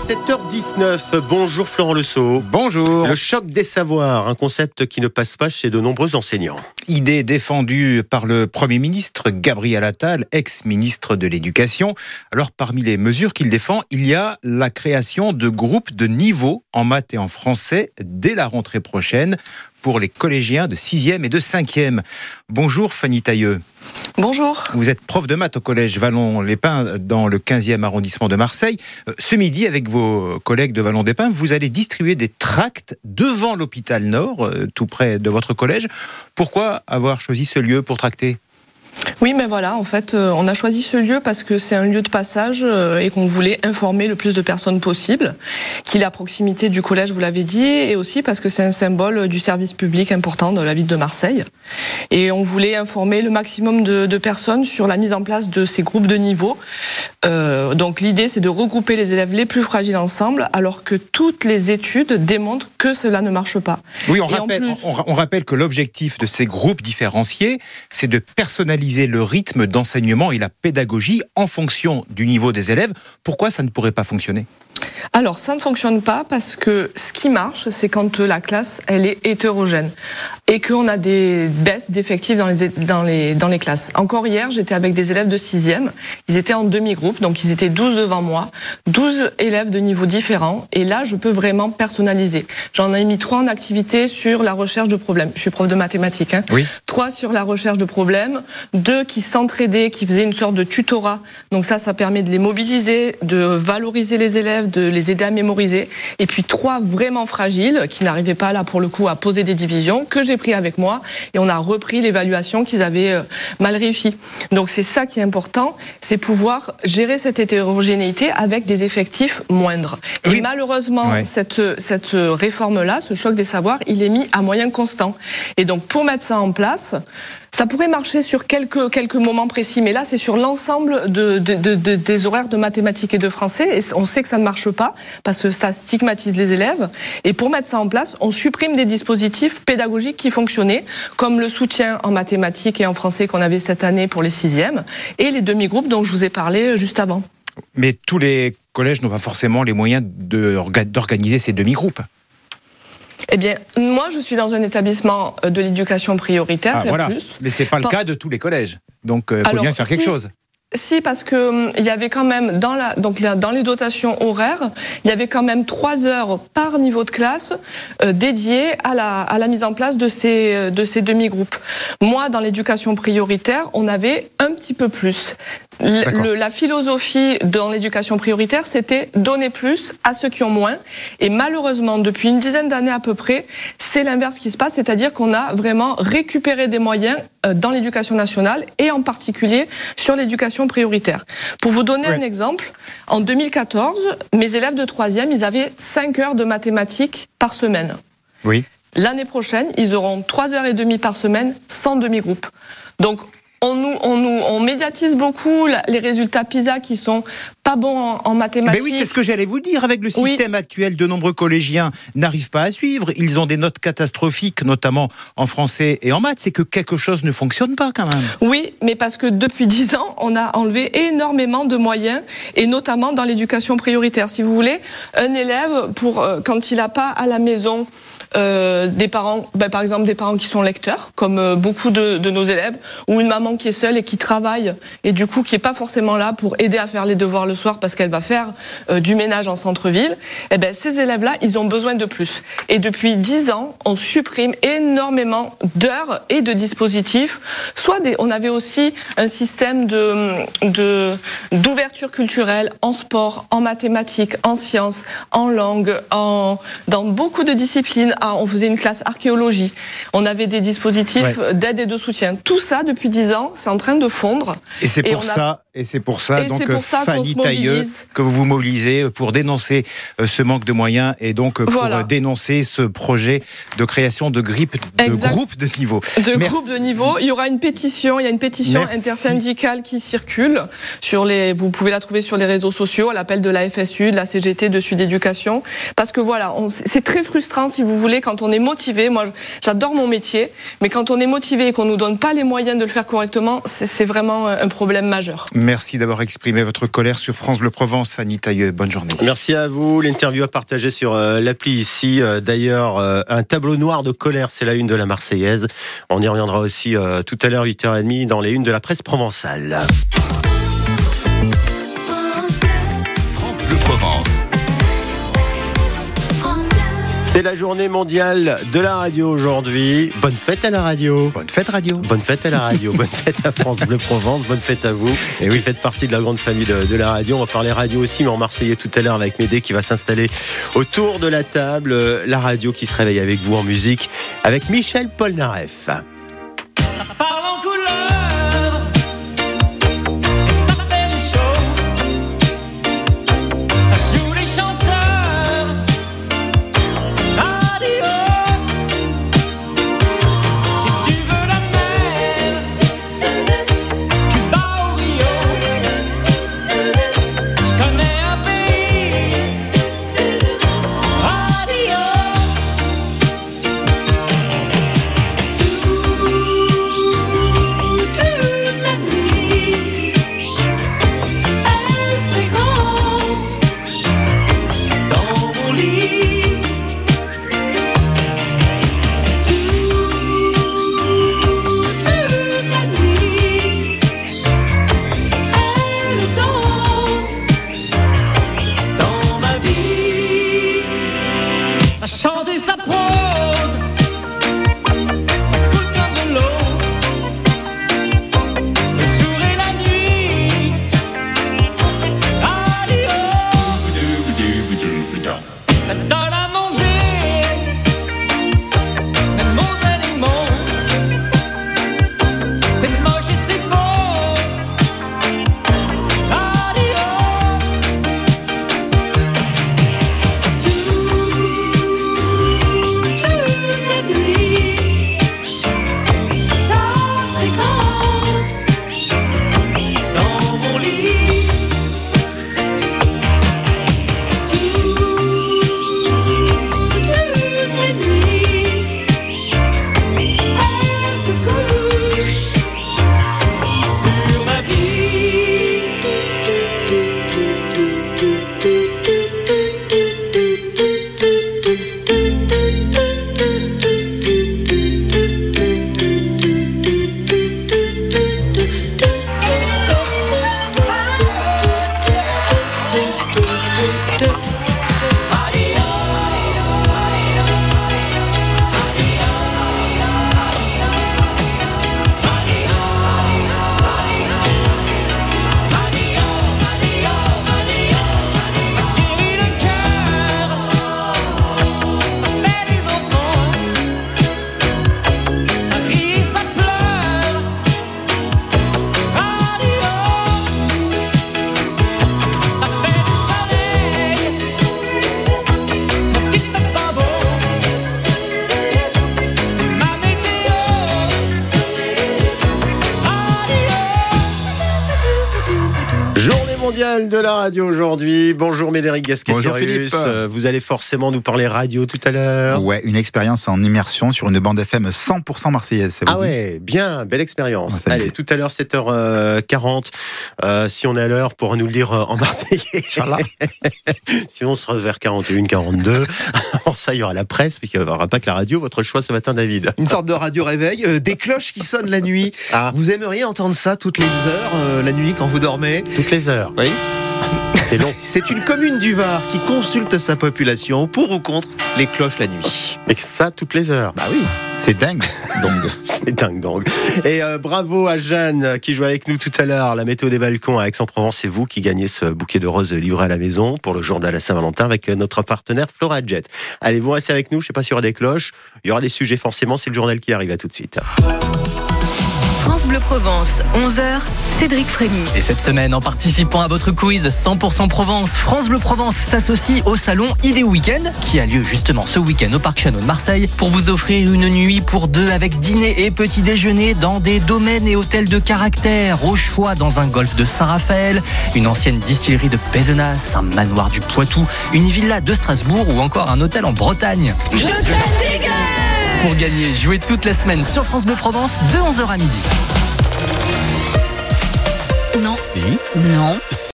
7h19. Bonjour Florent Lesault. Bonjour. Le choc des savoirs, un concept qui ne passe pas chez de nombreux enseignants. Idée défendue par le Premier ministre Gabriel Attal, ex-ministre de l'Éducation. Alors parmi les mesures qu'il défend, il y a la création de groupes de niveau en maths et en français dès la rentrée prochaine pour les collégiens de 6e et de 5e. Bonjour Fanny Tailleux. Bonjour. Vous êtes prof de maths au collège Vallon-les-Pins dans le 15e arrondissement de Marseille. Ce midi, avec vos collègues de Vallon-les-Pins, vous allez distribuer des tracts devant l'hôpital Nord, tout près de votre collège. Pourquoi avoir choisi ce lieu pour tracter ? Oui, mais voilà, en fait, on a choisi ce lieu parce que c'est un lieu de passage et qu'on voulait informer le plus de personnes possible, qu'il est à proximité du collège, vous l'avez dit, et aussi parce que c'est un symbole du service public important de la ville de Marseille. Et on voulait informer le maximum de personnes sur la mise en place de ces groupes de niveau. Donc l'idée, c'est de regrouper les élèves les plus fragiles ensemble, alors que toutes les études démontrent que cela ne marche pas. Oui, on rappelle que l'objectif de ces groupes différenciés, c'est de personnaliser le rythme d'enseignement et la pédagogie en fonction du niveau des élèves. Pourquoi ça ne pourrait pas fonctionner ? Alors, ça ne fonctionne pas parce que ce qui marche, c'est quand la classe, elle est hétérogène et qu'on a des baisses d'effectifs dans les classes. Encore hier, j'étais avec des élèves de 6e. Ils étaient en demi-groupe, donc ils étaient 12 devant moi, 12 élèves de niveaux différents. Et là, je peux vraiment personnaliser. J'en ai mis 3 en activité sur la recherche de problèmes. Je suis prof de mathématiques. Oui. 3 sur la recherche de problèmes, 2 qui s'entraidaient, qui faisaient une sorte de tutorat. Donc ça permet de les mobiliser, de valoriser les élèves, de les aider à mémoriser. Et puis 3 vraiment fragiles, qui n'arrivaient pas là pour le coup à poser des divisions, que j'ai pris avec moi. Et on a repris l'évaluation qu'ils avaient mal réussi. Donc c'est ça qui est important, c'est pouvoir gérer cette hétérogénéité avec des effectifs moindres. Oui. Et malheureusement, cette réforme-là, ce choc des savoirs, il est mis à moyens constants. Et donc pour mettre ça en place, ça pourrait marcher sur quelques moments précis, mais là c'est sur l'ensemble des horaires de mathématiques et de français, et on sait que ça ne marche pas parce que ça stigmatise les élèves. Et pour mettre ça en place, on supprime des dispositifs pédagogiques qui fonctionnaient, comme le soutien en mathématiques et en français qu'on avait cette année pour les 6e, et les demi-groupes dont je vous ai parlé juste avant. Mais tous les collèges n'ont pas forcément les moyens d'organiser ces demi-groupes. Eh bien, moi, je suis dans un établissement de l'éducation prioritaire. Voilà. Plus. Mais c'est pas le cas de tous les collèges. Donc, il faut bien faire quelque chose. Si, parce que il y avait quand même dans les dotations horaires, il y avait quand même 3 heures par niveau de classe dédiées à la mise en place de ces demi-groupes. Moi, dans l'éducation prioritaire, on avait un petit peu plus. La philosophie dans l'éducation prioritaire, c'était donner plus à ceux qui ont moins. Et malheureusement, depuis une dizaine d'années à peu près, c'est l'inverse qui se passe, c'est-à-dire qu'on a vraiment récupéré des moyens dans l'éducation nationale et en particulier sur l'éducation prioritaire. Pour vous donner un exemple, en 2014, mes élèves de 3e, ils avaient 5 heures de mathématiques par semaine. Oui. L'année prochaine, ils auront 3h30 par semaine sans demi-groupe. Donc, on médiatise beaucoup les résultats PISA qui sont pas bons en mathématiques. Mais oui, c'est ce que j'allais vous dire. Avec le système actuel, de nombreux collégiens n'arrivent pas à suivre. Ils ont des notes catastrophiques, notamment en français et en maths. C'est que quelque chose ne fonctionne pas quand même. Oui, mais parce que depuis 10 ans, on a enlevé énormément de moyens, et notamment dans l'éducation prioritaire. Si vous voulez, un élève, quand il n'a pas à la maison des parents, par exemple des parents qui sont lecteurs, comme beaucoup de nos élèves, ou une maman qui est seule et qui travaille, et du coup qui est pas forcément là pour aider à faire les devoirs le soir parce qu'elle va faire du ménage en centre-ville, eh ben ces élèves-là, ils ont besoin de plus. Et depuis 10 ans, on supprime énormément d'heures et de dispositifs. On avait aussi un système d'ouverture culturelle en sport, en mathématiques, en sciences, en langue, dans beaucoup de disciplines. On faisait une classe archéologie. On avait des dispositifs d'aide et de soutien. Tout ça, depuis 10 ans, c'est en train de fondre. Et c'est pour ça, Fanny Tailleux, que vous vous mobilisez pour dénoncer ce manque de moyens et donc pour dénoncer ce projet de création de groupes de niveau. Groupes de niveau. Il y aura une pétition. Il y a une pétition intersyndicale qui circule vous pouvez la trouver sur les réseaux sociaux, à l'appel de la FSU, de la CGT, de Sud Éducation. Parce que c'est très frustrant, si vous voulez, quand on est motivé. Moi, j'adore mon métier, mais quand on est motivé et qu'on nous donne pas les moyens de le faire correctement, c'est vraiment un problème majeur. Merci d'avoir exprimé votre colère sur France Bleu Provence. Annie Tailleux, bonne journée. Merci à vous. L'interview à partager sur l'appli ici. D'ailleurs, un tableau noir de colère, c'est la une de la Marseillaise. On y reviendra aussi tout à l'heure, 8h30, dans les unes de la presse provençale. France Bleu Provence. C'est la journée mondiale de la radio aujourd'hui. Bonne fête à la radio. Bonne fête radio. Bonne fête à la radio. Bonne fête à France Bleu Provence. Bonne fête à vous. Et oui, faites partie de la grande famille de la radio. On va parler radio aussi, mais en marseillais tout à l'heure avec Médée qui va s'installer autour de la table. La radio qui se réveille avec vous en musique avec Michel Polnareff. Ça parle en couleur, et ça fait du show, ça joue les chanteurs, radio. Si tu veux la mer, tu vas au Rio. Je connais un pays, radio. Ça chante et ça prose, ça coule comme de l'eau, le jour et la nuit, radio. Ça donne à manger, même aux animaux, c'est moche et c'est beau, radio. Mondial de la radio aujourd'hui. Bonjour Médéric Gasquet-Sirius. Bonjour Philippe. Vous allez forcément nous parler radio tout à l'heure. Ouais, une expérience en immersion sur une bande FM 100% marseillaise. Ça vous dit Ouais, bien, belle expérience. Ouais, Allez, tout à l'heure 7h40. Si on est à l'heure, pour nous le dire en marseillais. Sinon, on sera vers 41, 42. Avant ça, il y aura la presse, puisqu'il n'y aura pas que la radio. Votre choix ce matin, David. Une sorte de radio réveil, des cloches qui sonnent la nuit. Ah. Vous aimeriez entendre ça toutes les heures, la nuit quand vous dormez? Toutes les heures. Oui. C'est long. C'est une commune du Var qui consulte sa population pour ou contre les cloches la nuit. Et ça, toutes les heures. Bah oui. C'est dingue. Donc, C'est dingue, donc. Et bravo à Jeanne qui joue avec nous tout à l'heure. La météo des balcons à Aix-en-Provence, c'est vous qui gagnez ce bouquet de roses livré à la maison pour le jour de la Saint-Valentin avec notre partenaire Florajet. Allez, vous restez avec nous. Je ne sais pas s'il y aura des cloches. Il y aura des sujets forcément. C'est le journal qui arrive. À tout de suite. France Bleu Provence, 11h, Cédric Frémy. Et cette semaine, en participant à votre quiz 100% Provence, France Bleu Provence s'associe au salon Idéo Week-end, qui a lieu justement ce week-end au Parc Chano de Marseille, pour vous offrir une nuit pour deux avec dîner et petit déjeuner dans des domaines et hôtels de caractère, au choix dans un golfe de Saint-Raphaël, une ancienne distillerie de Pézenas, un manoir du Poitou, une villa de Strasbourg ou encore un hôtel en Bretagne. Pour gagner, jouez toute la semaine sur France Bleu Provence de 11h à midi. Non. Si. Non.